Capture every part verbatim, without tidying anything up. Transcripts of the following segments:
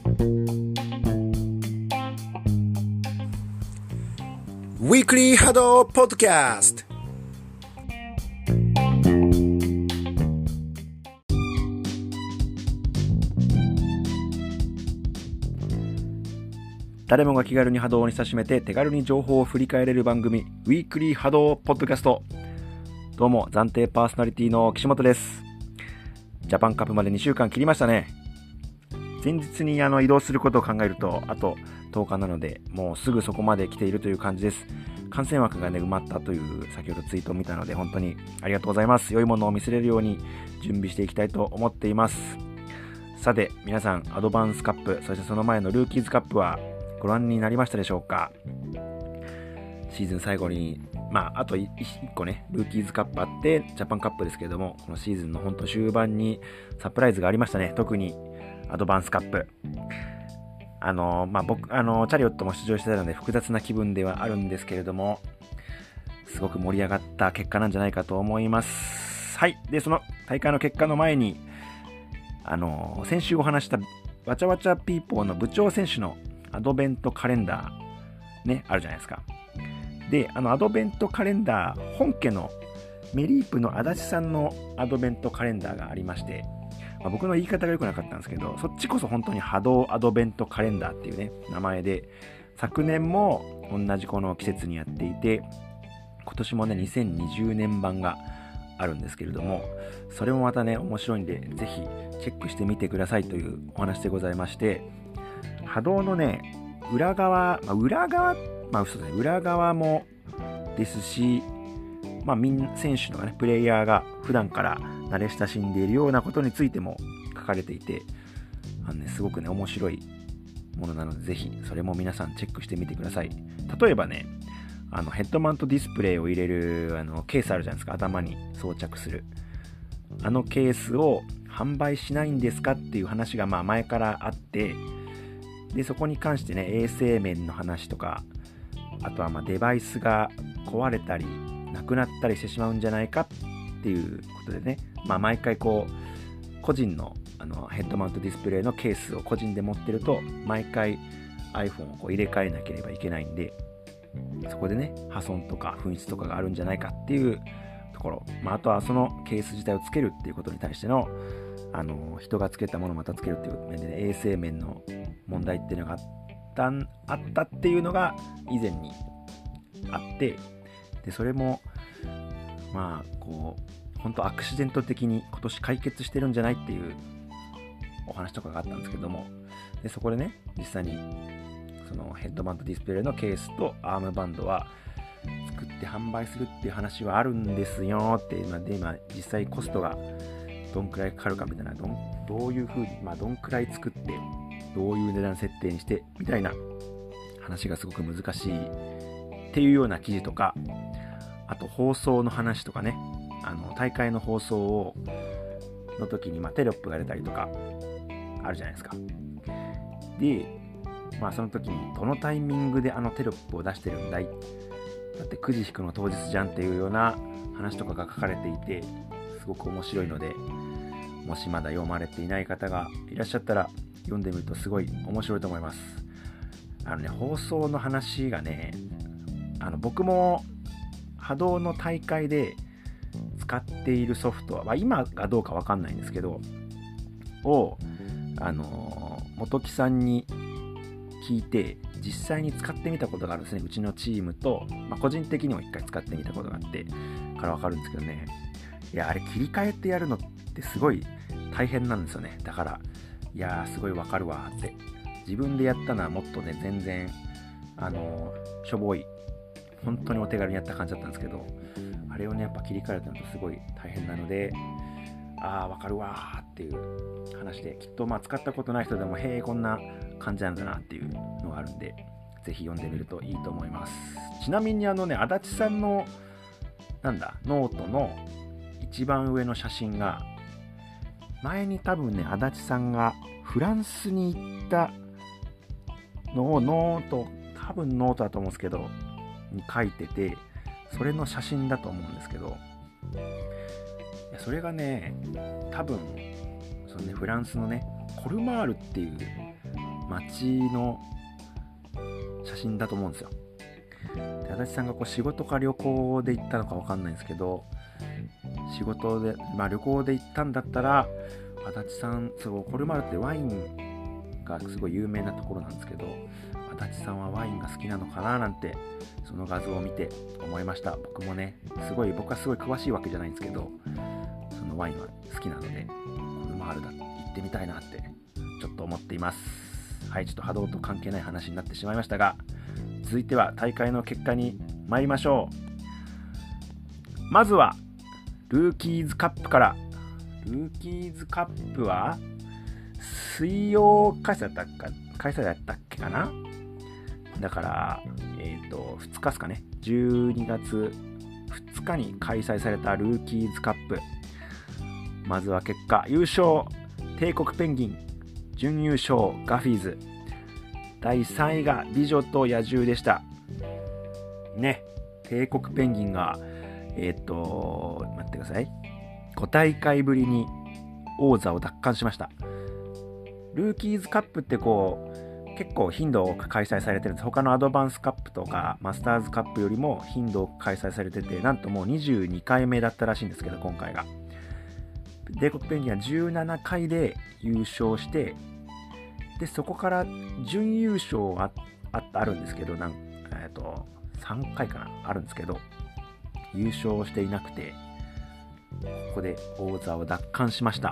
ウィークリーハドポッドキャスト。誰もが気軽に波動に親しめて手軽に情報を振り返れる番組、ウィークリー波動ポッドキャスト。どうも暫定パーソナリティの岸本です。ジャパンカップまでにしゅうかん切りましたね。前日にあの移動することを考えるとあととおかなので、もうすぐそこまで来ているという感じです。観戦枠がね埋まったという先ほどツイートを見たので、本当にありがとうございます。良いものを見せれるように準備していきたいと思っています。さて皆さん、アドバンスカップ、そしてその前のルーキーズカップはご覧になりましたでしょうか。シーズン最後にまああといっこね、ルーキーズカップあってジャパンカップですけれども、このシーズンの本当終盤にサプライズがありましたね。特にアドバンスカップ、あのまあ僕あのチャリオットも出場してたので複雑な気分ではあるんですけれども、すごく盛り上がった結果なんじゃないかと思います。はい。でその大会の結果の前に、あの先週お話したわちゃわちゃピーポーの部長選手のアドベントカレンダーね、あるじゃないですか。であのアドベントカレンダー、本家のメリープの足立さんのアドベントカレンダーがありまして、まあ、僕の言い方が良くなかったんですけど、そっちこそ本当に波動アドベントカレンダーっていうね名前で、昨年も同じこの季節にやっていて、今年もねにせんにじゅうねん版があるんですけれども、それもまたね面白いんでぜひチェックしてみてくださいというお話でございまして、波動のね裏側、まあ、裏側まあ嘘ですね、裏側もですし、まあみんな選手の、ね、プレイヤーが普段から慣れ親しんでいるようなことについても書かれていて、あの、ね、すごくね面白いものなので、ぜひそれも皆さんチェックしてみてください。例えばね、あのヘッドマウントディスプレイを入れるあのケースあるじゃないですか、頭に装着するあのケースを販売しないんですかっていう話がまあ前からあって、でそこに関してね衛生面の話とか、あとはまあデバイスが壊れたりなくなったりしてしまうんじゃないかっていうことでね、まあ、毎回こう個人 の, あのヘッドマウントディスプレイのケースを個人で持ってると、毎回 iPhone をこう入れ替えなければいけないんで、そこでね破損とか紛失とかがあるんじゃないかっていうところ、まあ、あとはそのケース自体をつけるっていうことに対しての、あの人がつけたものをまたつけるっていう面で、ね、衛生面の問題っていうのがあったあったっていうのが以前にあって、でそれもまあこう本当アクシデント的に今年解決してるんじゃないっていうお話とかがあったんですけども、でそこでね実際にそのヘッドマウントディスプレイのケースとアームバンドは作って販売するっていう話はあるんですよって、まあ、で今実際コストがどんくらいかかるかみたいな、ど, んどういう風に、まあ、どんくらい作ってどういう値段設定にしてみたいな話がすごく難しいっていうような記事とか、あと放送の話とかね、あの大会の放送をの時にまあテロップが出たりとかあるじゃないですか。でまあその時にどのタイミングであのテロップを出してるんだい、だってくじ引くの当日じゃんっていうような話とかが書かれていて、すごく面白いので、もしまだ読まれていない方がいらっしゃったら読んでみるとすごい面白いと思います。あのね放送の話がね、あの僕も波動の大会で使っているソフトは、まあ、今がどうかわかんないんですけどを、あの元木さんに聞いて実際に使ってみたことがあるんですね。うちのチームと、まあ、個人的にも一回使ってみたことがあってからわかるんですけどね、いやあれ切り替えてやるのってすごい大変なんですよね。だからいやーすごいわかるわって、自分でやったのはもっとね全然あのしょぼい本当にお手軽にやった感じだったんですけど、あれをねやっぱ切り替えるとすごい大変なので、ああわかるわーっていう話で、きっとまあ使ったことない人でもへえこんな感じなんだなっていうのがあるんで、ぜひ読んでみるといいと思います。ちなみにあのね足立さんのなんだノートの一番上の写真が、前に多分ね足立さんがフランスに行ったのをノート多分ノートだと思うんですけどに書いてて、それの写真だと思うんですけど、いやそれがね多分そのねフランスのねコルマールっていう街の写真だと思うんですよ。で足立さんがこう仕事か旅行で行ったのか分かんないんですけど、仕事で、まあ、旅行で行ったんだったら足立さん、そうコルマルってワインがすごい有名なところなんですけど、足立さんはワインが好きなのかななんてその画像を見て思いました。僕もね、すごい僕はすごい詳しいわけじゃないんですけど、そのワインは好きなのでコルマルだ行ってみたいなってちょっと思っています。はい、ちょっと波動と関係ない話になってしまいましたが、続いては大会の結果に参りましょう。まずはルーキーズカップから。ルーキーズカップは水曜開催だったっか開催だったっけかな。だからえっとふつかですかね。じゅうにがつふつかに開催されたルーキーズカップ。まずは結果、優勝帝国ペンギン、準優勝ガフィーズ、だいさんいが美女と野獣でしたね。帝国ペンギンがえっと待ってください、ご大会ぶりに王座を奪還しました。ルーキーズカップってこう結構頻度多く開催されてるんです。他のアドバンスカップとかマスターズカップよりも頻度多く開催されてて、なんともうにじゅうにかいめだったらしいんですけど、今回が帝国ペンギンはじゅうななかいで優勝して、でそこから準優勝が あ, あるんですけど、なん、えー、とさんかいかなあるんですけど、優勝していなくて、ここで王座を奪還しました。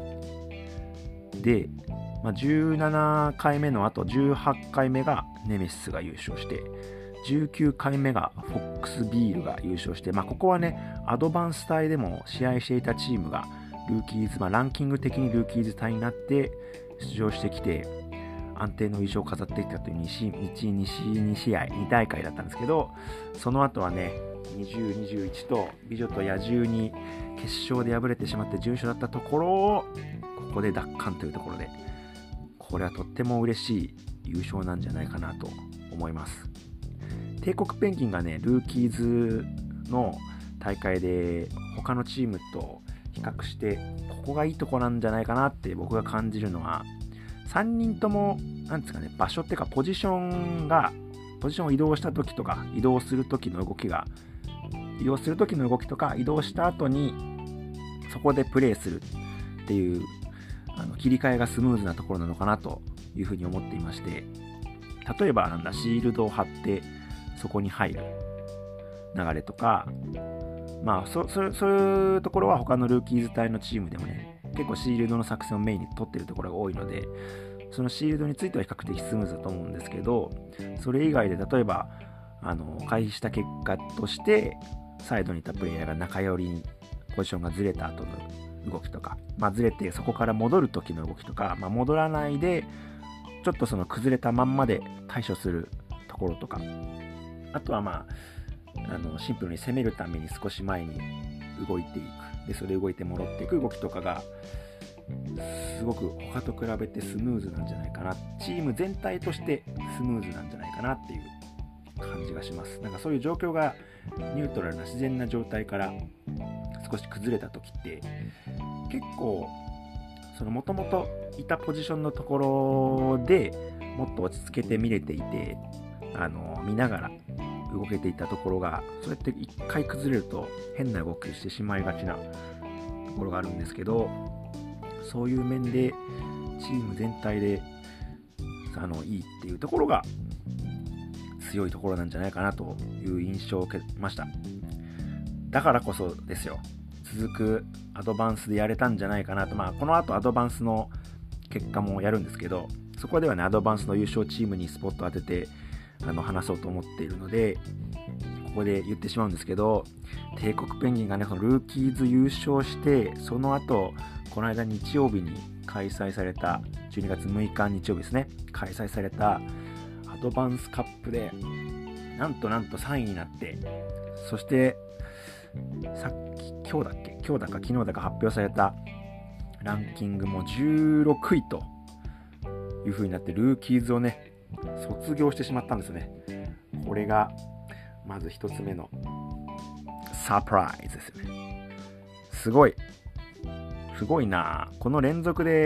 で、まあ、じゅうななかいめの後じゅうはちかいめがネメシスが優勝して、じゅうきゅうかいめがフォックスビールが優勝して、まあ、ここはねアドバンス帯でも試合していたチームがルーキーズ、まあ、ランキング的にルーキーズ帯になって出場してきて安定の優勝を飾っていたという 2, 2, 2試合に大会だったんですけど、その後はねにじゅう、にじゅういちと美女と野獣に決勝で敗れてしまって準優勝だったところをここで奪還というところで、これはとっても嬉しい優勝なんじゃないかなと思います。帝国ペンギンがねルーキーズの大会で他のチームと比較してここがいいとこなんじゃないかなって僕が感じるのは、さんにんともなんですかね、場所っていうかポジションがポジションを移動した時とか移動する時の動きが移動する時の動きとか移動した後にそこでプレーするっていうあの切り替えがスムーズなところなのかなというふうに思っていまして、例えばなんだシールドを貼ってそこに入る流れとか、まあ そ, そ, そういうところは他のルーキーズ隊のチームでもね結構シールドの作戦をメインに取っているところが多いので、そのシールドについては比較的スムーズだと思うんですけど、それ以外で例えばあの回避した結果としてサイドにいたプレイヤーが中寄りにポジションがずれた後の動きとか、まあ、ずれてそこから戻る時の動きとか、まあ、戻らないでちょっとその崩れたまんまで対処するところとか、あとはまああのシンプルに攻めるために少し前に動いていく、でそれ動いて戻っていく動きとかがすごく他と比べてスムーズなんじゃないかな、チーム全体としてスムーズなんじゃないかなっていう感じがします。なんかそういう状況がニュートラルな自然な状態から少し崩れた時って結構その元々いたポジションのところでもっと落ち着けて見れていて、あの見ながら動けていたところが、そうやって一回崩れると変な動きしてしまいがちなところがあるんですけど、そういう面でチーム全体であのいいっていうところが強いところなんじゃないかなという印象を受けました。だからこそですよ、続くアドバンスでやれたんじゃないかなと。まあこの後アドバンスの結果もやるんですけど、そこではねアドバンスの優勝チームにスポット当ててあの話そうと思っているのでここで言ってしまうんですけど、帝国ペンギンがねそのルーキーズ優勝して、その後この間日曜日に開催されたじゅうにがつむいか日曜日ですね、開催されたアドバンスカップでなんとなんとさんいになって、そしてさっき今日だっけ今日だか昨日だか発表されたランキングもじゅうろくいという風になってルーキーズをね卒業してしまったんですね。これがまず一つ目のサプライズですよね。すごいすごいな。この連続で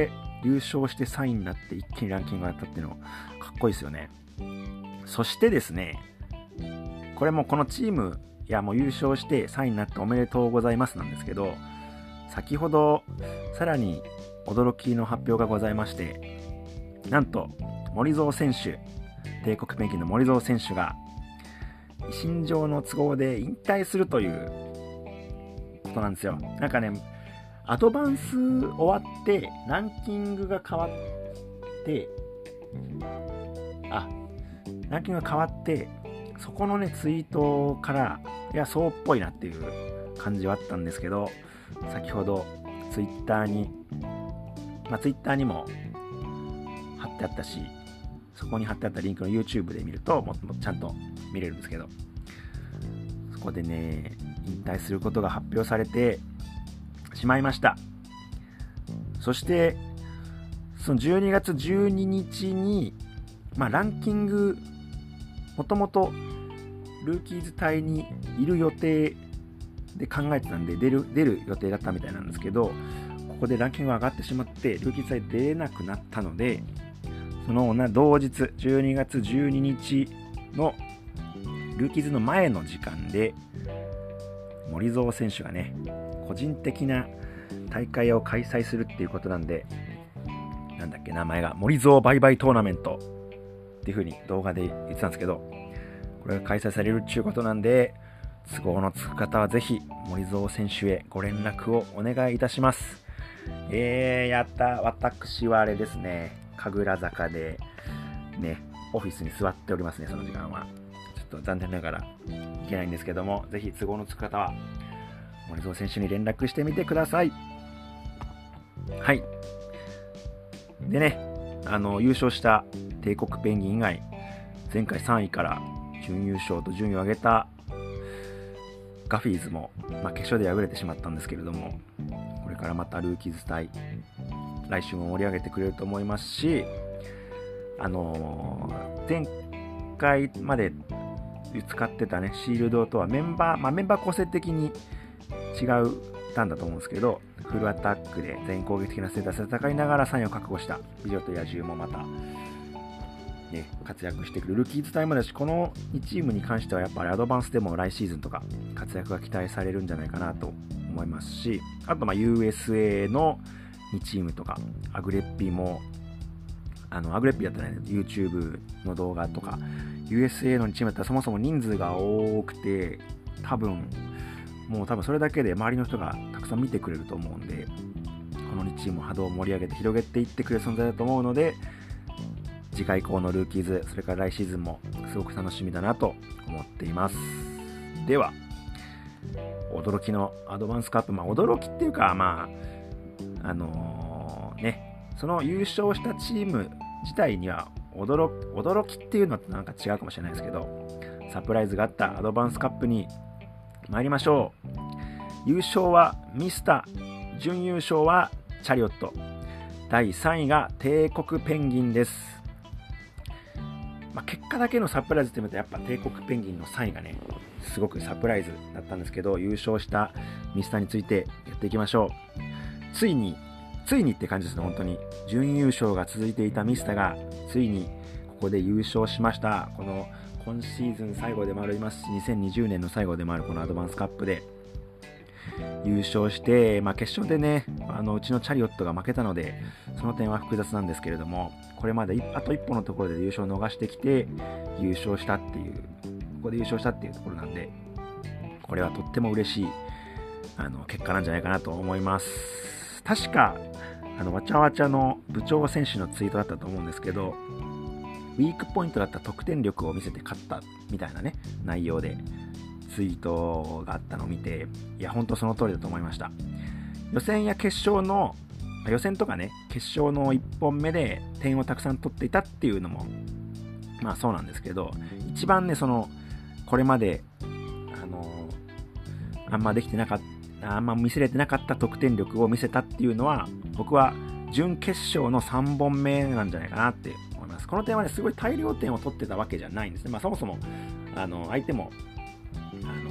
優勝してさいになって一気にランキングが上がったっていうのかっこいいですよね。そしてですね、これもこのチーム、いやもう優勝してさいになっておめでとうございますなんですけど、先ほどさらに驚きの発表がございまして、なんと森蔵選手、帝国ペンギンの森蔵選手が身上の都合で引退するということなんですよ。なんかね、アドバンス終わってランキングが変わってあランキングが変わってそこのねツイートからいやそうっぽいなっていう感じはあったんですけど、先ほどツイッターにまあツイッターにも貼ってあったし、そこに貼ってあったリンクの YouTube で見るともっとちゃんと見れるんですけど、そこでね引退することが発表されてしまいました。そしてそのじゅうにがつじゅうににちに、まあ、ランキングもともとルーキーズ隊にいる予定で考えてたんで出る、出る予定だったみたいなんですけど、ここでランキングが上がってしまってルーキーズ隊出れなくなったので、その同日じゅうにがつじゅうににちのルーキーズの前の時間で森蔵選手がね個人的な大会を開催するっていうことなんで、なんだっけ名前が森蔵バイバイトーナメントっていう風に動画で言ってたんですけど、これが開催されるっていうことなんで、都合のつく方はぜひ森蔵選手へご連絡をお願いいたします。えー、やった私はあれですね、神楽坂でねオフィスに座っておりますね。その時間はちょっと残念ながらいけないんですけども、ぜひ都合のつく方は森蔵選手に連絡してみてください。はい。でね、あの優勝した帝国ペンギン以外、前回さんいから準優勝と順位を上げたガフィーズも、まあ、決勝で敗れてしまったんですけれども、これからまたルーキーズ隊来週も盛り上げてくれると思いますし、あのー、前回まで使ってたねシールドとはメンバー、まあ、メンバー構成的に違ったんだと思うんですけど、フルアタックで全攻撃的なステータスで戦いながらさんいを覚悟した美女と野獣もまた、ね、活躍してくるルーキーズ隊もだし、このにチームに関してはやっぱりアドバンスでも来シーズンとか活躍が期待されるんじゃないかなと思いますし、あとまあ ユーエスエー のにチームとかアグレッピもあのアグレッピだったらね YouTube の動画とか ユーエスエー のにチームだったらそもそも人数が多くて、多分もう多分それだけで周りの人がたくさん見てくれると思うんで、このにチーム波動を盛り上げて広げていってくれる存在だと思うので、次回以降のルーキーズ、それから来シーズンもすごく楽しみだなと思っています。では驚きのアドバンスカップ、まあ驚きっていうか、まああのー、ねその優勝したチーム自体には驚驚きっていうのとなんか違うかもしれないですけど、サプライズがあったアドバンスカップに参りましょう。優勝はミスター、準優勝はチャリオット、だいさんいが帝国ペンギンです。まあ、結果だけのサプライズって言うとやっぱ帝国ペンギンのさんいがねすごくサプライズだったんですけど、優勝したミスターについてやっていきましょう。ついについにって感じですね。本当に準優勝が続いていたミスターがついにここで優勝しました。この今シーズン最後でもありますし、にせんにじゅうねんの最後でもあるこのアドバンスカップで優勝して、まあ、決勝でねあのうちのチャリオットが負けたのでその点は複雑なんですけれども、これまであと一歩のところで優勝を逃してきて優勝したっていう、ここで優勝したっていうところなんで、これはとっても嬉しいあの結果なんじゃないかなと思います。確かあのわちゃわちゃの部長選手のツイートだったと思うんですけど、ウィークポイントだった得点力を見せて勝ったみたいなね内容でツイートがあったのを見て、いや本当その通りだと思いました。予選や決勝の予選とかね決勝のいっぽんめで点をたくさん取っていたっていうのもまあそうなんですけど、一番ねそのこれまであのあんまできてなかったあんま見せれてなかった得点力を見せたっていうのは、僕は準決勝のさんぼんめなんじゃないかなって思います。この点はねすごい大量点を取ってたわけじゃないんですね。まあそもそもあの相手もあの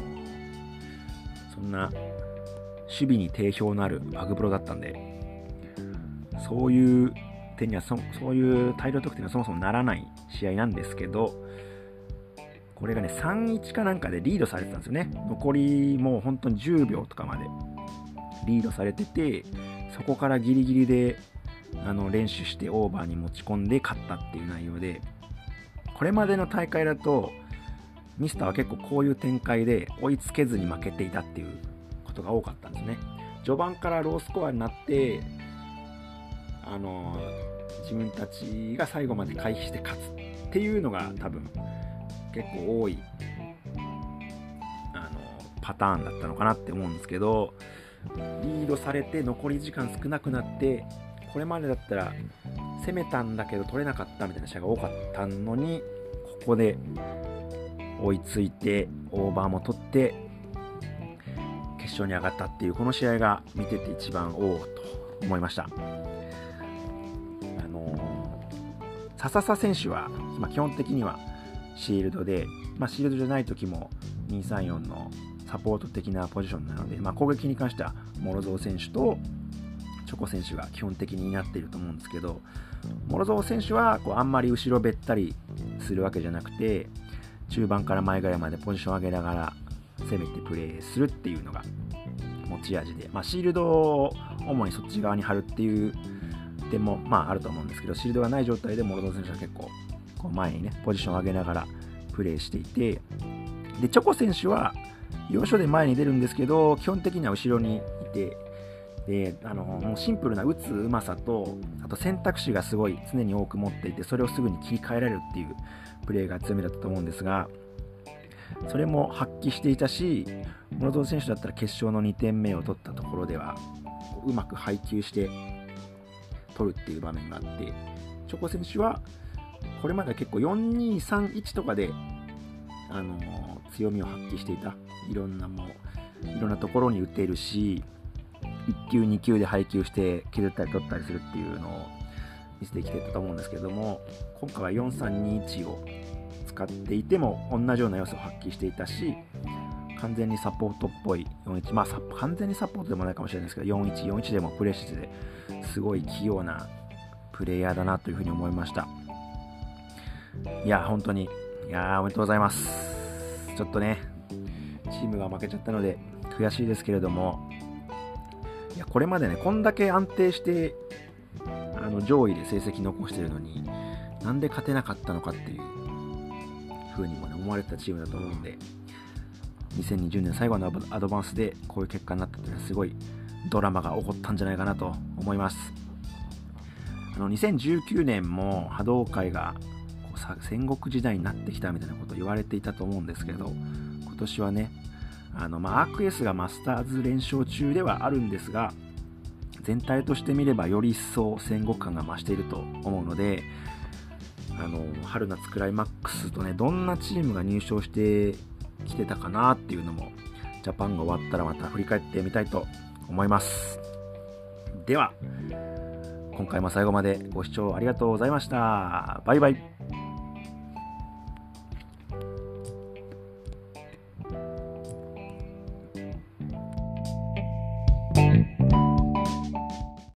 そんな守備に定評のあるバグプロだったんで、 そういう点にはそそういう大量得点にはそもそもならない試合なんですけど、これがね さんたいいち かなんかでリードされてたんですよね。残りもう本当にじゅうびょうとかまでリードされてて、そこからギリギリであの連取してオーバーに持ち込んで勝ったっていう内容で、これまでの大会だとミスターは結構こういう展開で追いつけずに負けていたっていうことが多かったんですね。序盤からロースコアになってあの自分たちが最後まで回避して勝つっていうのが多分結構多いあのパターンだったのかなって思うんですけど、リードされて残り時間少なくなって、これまでだったら攻めたんだけど取れなかったみたいな試合が多かったのに、ここで追いついてオーバーも取って決勝に上がったっていう、この試合が見てて一番おおと思いました。あのー、笹佐選手は、まあ、基本的にはシールドで、まあ、シールドじゃない時もにさんよんのサポート的なポジションなので、まあ、攻撃に関してはモロゾー選手とチョコ選手が基本的に担っていると思うんですけど、モロゾー選手はこうあんまり後ろべったりするわけじゃなくて、中盤から前ぐらいまでポジションを上げながら攻めてプレーするっていうのが持ち味で、まあ、シールドを主にそっち側に張るっていう点もまああると思うんですけど、シールドがない状態でモロゾー選手は結構こう前にねポジションを上げながらプレーしていて、でチョコ選手は要所で前に出るんですけど、基本的には後ろにいて、であのもうシンプルな打つうまさと、あと選択肢がすごい常に多く持っていて、それをすぐに切り替えられるっていうプレーが強みだったと思うんですが、それも発揮していたし、モロゾー選手だったら決勝のにてんめを取ったところではうまく配球して取るっていう場面があって、チョコ選手はこれまで結構よんにさんいちとかであの強みを発揮していた、いろんなもういろんなところに打てるし、いっきゅうにきゅうで配球して削ったり取ったりするっていうのを見せてきてたと思うんですけども、今回はよんさんにいちを使っていても同じような要素を発揮していたし、完全にサポートっぽいよんいち、まあ完全にサポートでもないかもしれないですけど、よんいち、よんいちでもプレーしててすごい器用なプレイヤーだなというふうに思いました。いや本当にいやおめでとうございます。ちょっとねチームが負けちゃったので悔しいですけれども、いやこれまでねこんだけ安定してあの上位で成績残してるのになんで勝てなかったのかっていう風にも、ね、思われてたチームだと思うんで、にせんにじゅうねん最後のアドバンスでこういう結果になったっていうのはすごいドラマが起こったんじゃないかなと思います。あのにせんじゅうきゅうねんも波動界がこう戦国時代になってきたみたいなことを言われていたと思うんですけど、今年はねあの、まあ、アークエスがマスターズ連勝中ではあるんですが、全体として見ればより一層戦国感が増していると思うので、あの春夏クライマックスとねどんなチームが入賞してきてたかなっていうのもジャパンが終わったらまた振り返ってみたいと思います。では今回も最後までご視聴ありがとうございました。バイバイ。